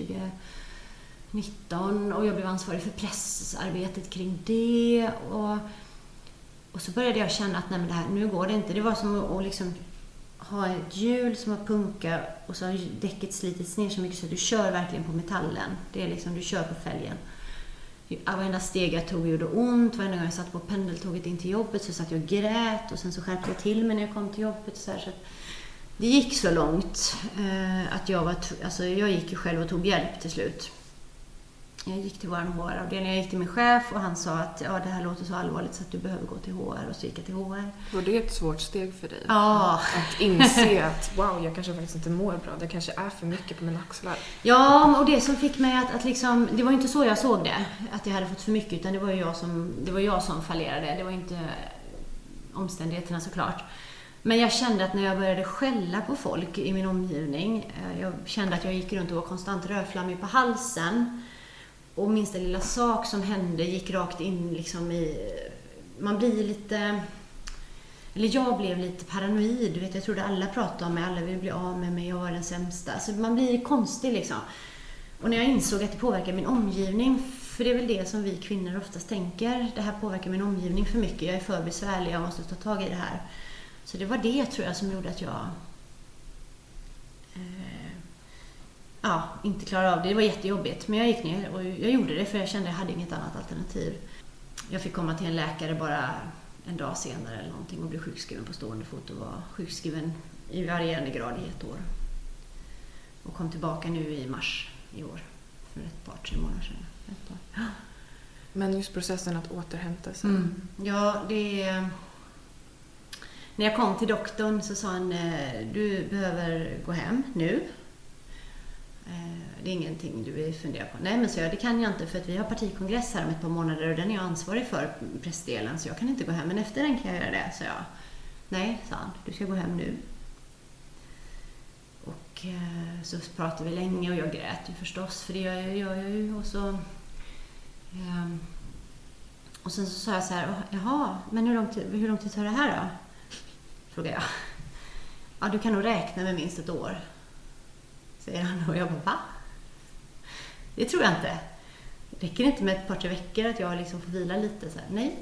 2019. Och jag blev ansvarig för pressarbetet kring det. Och så började jag känna att nej, men det här, nu går det inte. Det var som att liksom ha ett hjul som har punka och så har däcket slitits ner så mycket så att du kör verkligen på metallen. Det är liksom, du kör på fälgen. Varenda steg jag tog gjorde ont. Varenda gång jag satt på pendeltåget in till jobbet så satt jag och grät. Och sen så skärpte jag till mig när jag kom till jobbet. Så att det gick så långt att jag gick ju själv och tog hjälp till slut. Jag gick till vår HR-avdelning, jag gick till min chef och han sa att det här låter så allvarligt så att du behöver gå till HR, och så gick jag till HR. Var det ett svårt steg för dig? Ja. Att inse att jag kanske faktiskt inte mår bra, det kanske är för mycket på mina axlar. Ja, och det som fick mig att liksom, det var inte så jag såg det, att jag hade fått för mycket, utan det var jag som fallerade, det var inte omständigheterna såklart. Men jag kände att när jag började skälla på folk i min omgivning, jag kände att jag gick runt och var konstant rödflammig på halsen. Och minsta lilla sak som hände gick rakt in liksom man blir lite, eller jag blev lite paranoid, du vet, jag trodde alla pratade om mig, alla ville bli av med mig, jag var den sämsta. Så man blir konstig liksom. Och när jag insåg att det påverkar min omgivning, för det är väl det som vi kvinnor oftast tänker, det här påverkar min omgivning för mycket, jag är för besvärlig, jag måste ta tag i det här. Så det var det, tror jag, som gjorde att jag inte klarade av det. Det var jättejobbigt, men jag gick ner och jag gjorde det för jag kände att jag hade inget annat alternativ. Jag fick komma till en läkare bara en dag senare eller någonting och bli sjukskriven på stående fot och var sjukskriven i varierande grad i ett år. Och kom tillbaka nu i mars i år, för ett 3 månader sedan. Men just processen att återhämta sig. Ja, när jag kom till doktorn så sa han, du behöver gå hem nu. Det är ingenting du vill fundera på. Nej, men så det kan jag inte, för att vi har partikongress här om ett par månader och den är jag ansvarig för, pressdelen, så jag kan inte gå hem. Men efter den kan jag göra det, så jag. Nej, sa han, du ska gå hem nu. Och så pratade vi länge och jag grät ju förstås, för det gör jag ju. Och sen så sa jag så här, jaha, men hur lång tid tar det här då? Frågade jag. Ja, du kan nog räkna med minst ett år, säger han, och jag bara, va? Det tror jag inte. Det räcker inte med ett par 3 veckor att jag liksom får vila lite. Så här. Nej.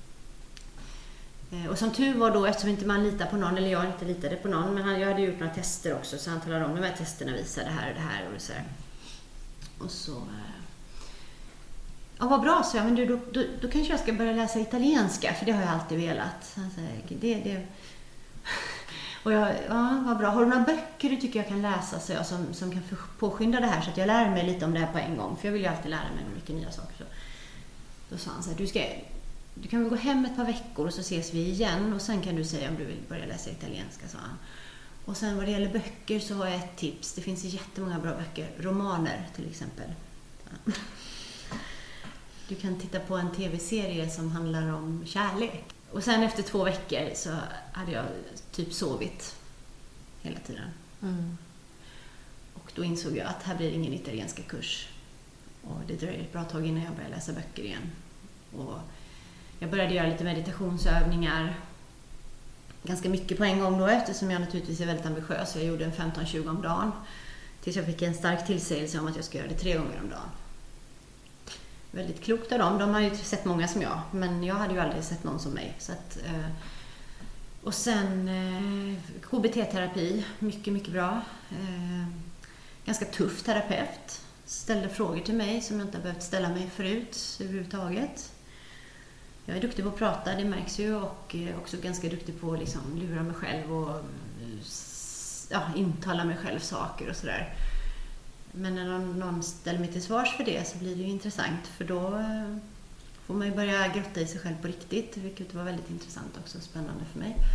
Och som tur var då, eftersom inte man litar på någon, eller jag inte litade på någon, men jag hade gjort några tester också, så han talade om de här testerna visar det här och det här och så här. Och så, vad bra, så jag, men då kanske jag ska börja läsa italienska, för det har jag alltid velat. Så han säger, och vad bra. Har du några böcker du tycker jag kan läsa, så jag, som kan påskynda det här, så att jag lär mig lite om det här på en gång, för jag vill ju alltid lära mig mycket nya saker. Så då sa han så här, du kan väl gå hem ett par veckor och så ses vi igen, och sen kan du säga om du vill börja läsa italienska, sa han. Och sen vad det gäller böcker så har jag ett tips. Det finns jättemånga bra böcker, romaner till exempel. Du kan titta på en tv-serie som handlar om kärlek. Och sen efter 2 veckor så hade jag typ sovit hela tiden. Och då insåg jag att här blir ingen italienska kurs. Och det dröjer ett bra tag innan jag började läsa böcker igen. Och jag började göra lite meditationsövningar. Ganska mycket på en gång då, eftersom jag naturligtvis är väldigt ambitiös. Jag gjorde en 15-20 om dagen. Tills jag fick en stark tillsägelse om att jag ska göra det 3 gånger om dagen. Väldigt klokt av dem. De har ju sett många som jag. Men jag hade ju aldrig sett någon som mig. Så att, och sen KBT-terapi. Mycket, mycket bra. Ganska tuff terapeut. Ställde frågor till mig som jag inte har behövt ställa mig förut överhuvudtaget. Jag är duktig på att prata, det märks ju. Och också ganska duktig på att liksom lura mig själv och intala mig själv saker och sådär. Men när någon ställer mig till svars för det så blir det ju intressant, för då får man ju börja grotta i sig själv på riktigt, vilket var väldigt intressant också, spännande för mig.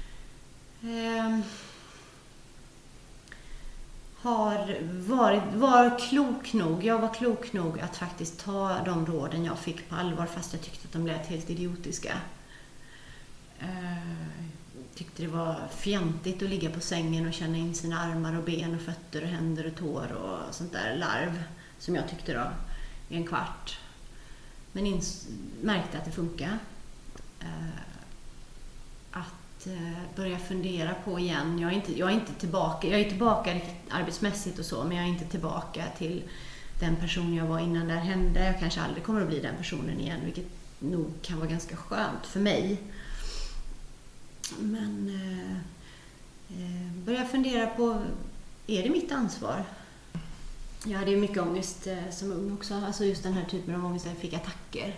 Var klok nog. Jag var klok nog att faktiskt ta de råden jag fick på allvar, fast jag tyckte att de lät helt idiotiska. Tyckte det var fjantigt att ligga på sängen och känna in sina armar och ben och fötter och händer och tår och sånt där larv som jag tyckte då i en kvart. Men märkte att det funkar. Att börja fundera på igen. Jag är inte tillbaka. Jag är tillbaka arbetsmässigt och så, men jag är inte tillbaka till den person jag var innan det hände. Jag kanske aldrig kommer att bli den personen igen, vilket nog kan vara ganska skönt för mig. Men började fundera på, är det mitt ansvar? Jag hade ju mycket ångest som ung också. Alltså just den här typen av ångest där jag fick attacker.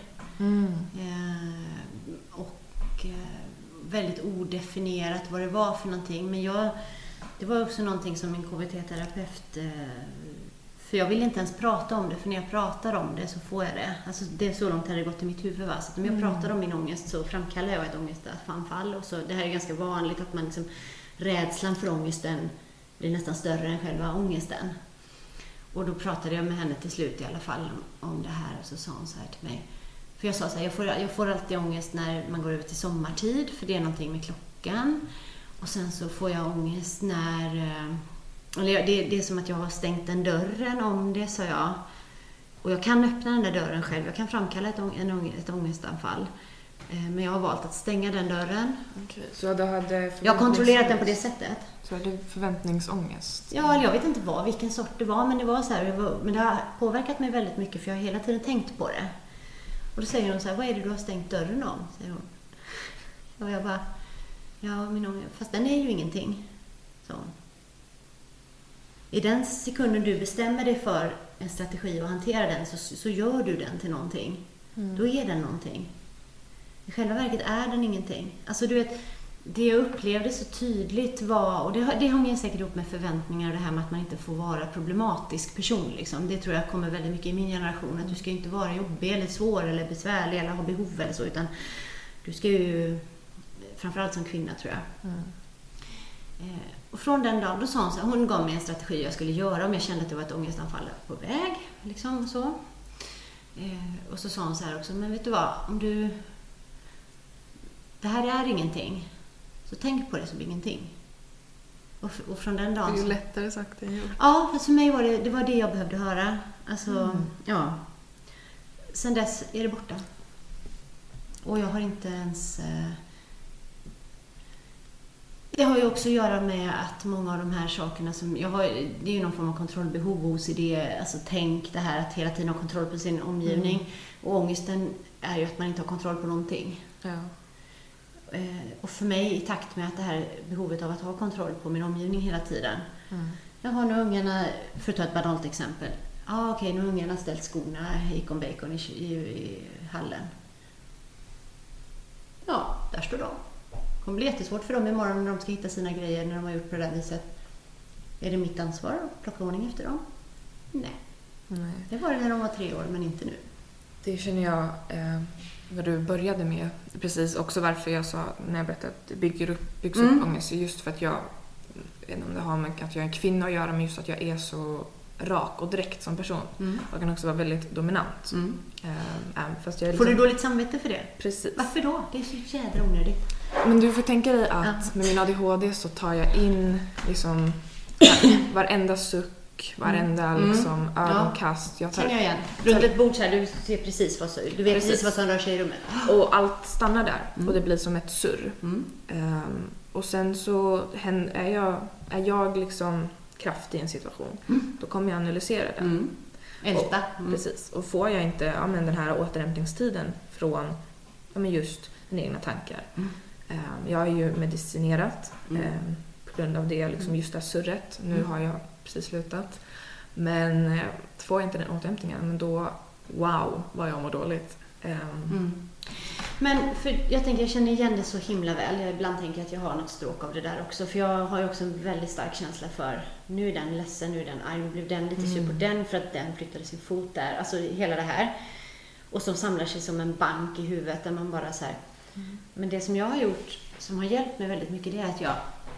Väldigt odefinierat vad det var för någonting. Men det var också någonting som min KBT-terapeut... För jag ville inte ens prata om det. För när jag pratar om det så får jag det. Alltså det är så långt hade det gått i mitt huvud. Va? Så att om jag pratar om min ångest så framkallar jag ett ångestanfall. Och så, det här är ganska vanligt att man liksom, rädslan för ångesten blir nästan större än själva ångesten. Och då pratade jag med henne till slut i alla fall om det här. Och så sa hon så här till mig. För jag sa så här, jag får alltid ångest när man går över till sommartid. För det är någonting med klockan. Och sen så får jag ångest när... Det är som att jag har stängt den dörren om det, sa jag. Och jag kan öppna den där dörren själv. Jag kan framkalla ett ångestanfall. Men jag har valt att stänga den dörren. Okej, så du hade jag har kontrollerat den på det sättet. Så hade du förväntningsångest? Ja, jag vet inte vilken sort det var. Men det var så här, men det har påverkat mig väldigt mycket. För jag har hela tiden tänkt på det. Och då säger hon så här, vad är det du har stängt dörren om? Säger hon. Och jag bara, ja, min ångest. Fast den är ju ingenting. Så. I den sekunden du bestämmer dig för en strategi och hanterar den så gör du den till någonting. Då är den någonting. I själva verket är den ingenting. Alltså du vet, det jag upplevde så tydligt var, och det har mer säkert ihop med förväntningar och det här med att man inte får vara problematisk person. Liksom. Det tror jag kommer väldigt mycket i min generation. Att du ska inte vara jobbig eller svår eller besvärlig eller ha behov eller så. Utan du ska ju, framförallt som kvinna tror jag. Och från den dagen, då sa hon så här, hon gav mig en strategi jag skulle göra om jag kände att det var ett ångestanfall på väg. Liksom så. Och så sa hon så här också, men vet du vad, om du... Det här är ingenting. Så tänk på det som ingenting. Och från den dagen... Det är ju lättare sagt än gjort. Ja, för mig var det var det jag behövde höra. Alltså, ja. Sen dess är det borta. Och jag har inte ens... Det har ju också att göra med att många av de här sakerna som jag har, det är ju någon form av kontrollbehov, OCD, alltså tänk det här att hela tiden ha kontroll på sin omgivning. Och ångesten är ju att man inte har kontroll på någonting. Ja. Och för mig, i takt med att det här behovet av att ha kontroll på min omgivning hela tiden. Jag har nu ungarna, för att ta ett banalt exempel. Okej, nu har ungarna ställt skorna Icon Bacon i hallen. Ja, där står de. Det kommer bli jättesvårt för dem imorgon när de ska hitta sina grejer när de har gjort på det där viset. Är det mitt ansvar att plocka ordning efter dem? Nej. Det var det när de var 3 år, men inte nu. Det känner jag vad du började med. Precis också varför jag sa när jag berättade att det byggs upp ångest. Just för att jag vet inte om det har med att jag är en kvinna att göra, men just att jag är så rak och direkt som person. Jag kan också vara väldigt dominant. Fast jag är liksom... Får du dåligt samvete för det? Precis. Varför då? Det är så jädra onödigt. Men du får tänka dig att med min ADHD så tar jag in liksom varenda suck, varenda liksom ögonkast. Jag känner jag igen. Runt ett bord så här, du ser precis du vet precis vad som rör sig i rummet. Och allt stannar där och det blir som ett surr. Och sen så är jag liksom kraftig i en situation. Då kommer jag analysera den. Älta. Precis. Och får jag inte den här återhämtningstiden från just mina egna tankar. Jag är ju medicinerat på grund av det, liksom just det här surret. Nu har jag precis slutat. Men får jag inte den återhämtningen, men då, wow, vad jag mår dåligt. Men för jag känner igen det så himla väl. Jag ibland tänker att jag har något stråk av det där också. För jag har ju också en väldigt stark känsla för, nu är den ledsen, nu är den arg, nu blev den lite sur på den för att den flyttade sin fot där. Alltså hela det här. Och som samlar sig som en bank i huvudet där man bara så här. Men det som jag har gjort, som har hjälpt mig väldigt mycket, det är att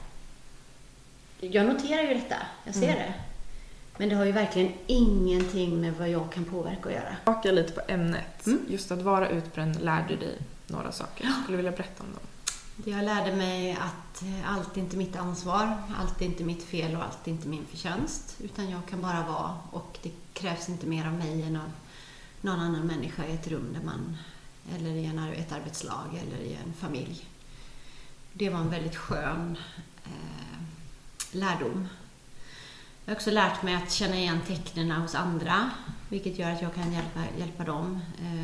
jag noterar ju detta. Jag ser det. Men det har ju verkligen ingenting med vad jag kan påverka att göra. Tillbaka lite på ämnet. Just att vara utbränd lärde dig några saker. Skulle du vilja berätta om dem? Jag lärde mig att allt är inte mitt ansvar. Allt är inte mitt fel och allt är inte min förtjänst. Utan jag kan bara vara. Och det krävs inte mer av mig än av någon annan människa i ett rum där man... Eller i ett arbetslag eller i en familj. Det var en väldigt skön lärdom. Jag har också lärt mig att känna igen tecknen hos andra. Vilket gör att jag kan hjälpa dem.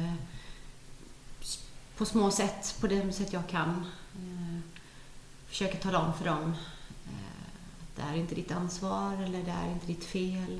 På små sätt, på det sätt jag kan. Försöka tala om för dem det är inte ditt ansvar eller det är inte ditt fel.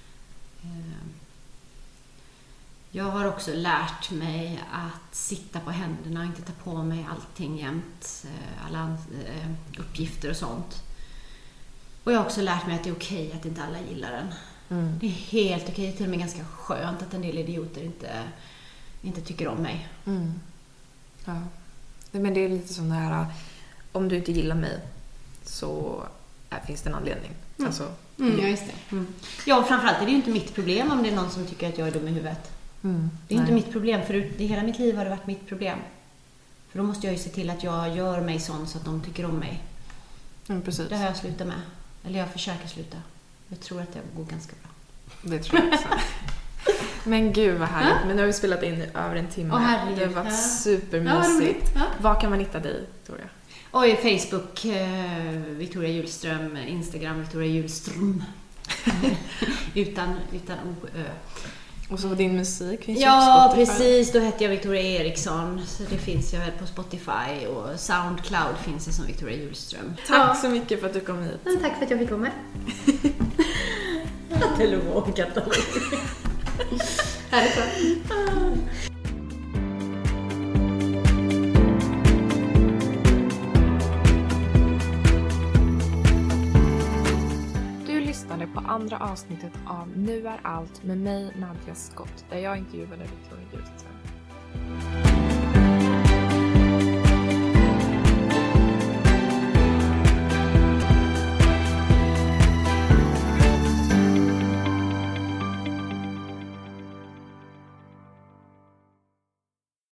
Jag har också lärt mig att sitta på händerna och inte ta på mig allting jämt, alla uppgifter och sånt. Och jag har också lärt mig att det är okej att inte alla gillar den. Det är helt okej, det är till och med ganska skönt att en del idioter inte tycker om mig. Ja. Men det är lite sån här, om du inte gillar mig så finns det en anledning. Alltså, ja, just det. Ja, framförallt är det ju inte mitt problem om det är någon som tycker att jag är dum i huvudet. Det är inte mitt problem, för i hela mitt liv har det varit mitt problem. För då måste jag ju se till att jag gör mig sån så att de tycker om mig. Precis. Det har jag slutat med. Eller jag försöker sluta. Jag tror att det går ganska bra. Det tror jag också. Men gud vad härligt. Men nu har vi spelat in över en timme. Det har varit supermysigt. Var kan man hitta dig, Victoria? Oj, Facebook, Victoria Hjulström, Instagram, Victoria Hjulström. utan o-ö. Och så din musik finns ja, på Spotify. Precis. Då heter jag Victoria Eriksson. Så det finns jag på Spotify. Och Soundcloud finns det som Victoria Hjulström. Tack så mycket för att du kom hit. Tack för att jag fick vara med. Telefonkatalog. Härligt. På andra avsnittet av Nu är allt med mig, Nadja Skott, där jag intervjuade Victoria Hjulström.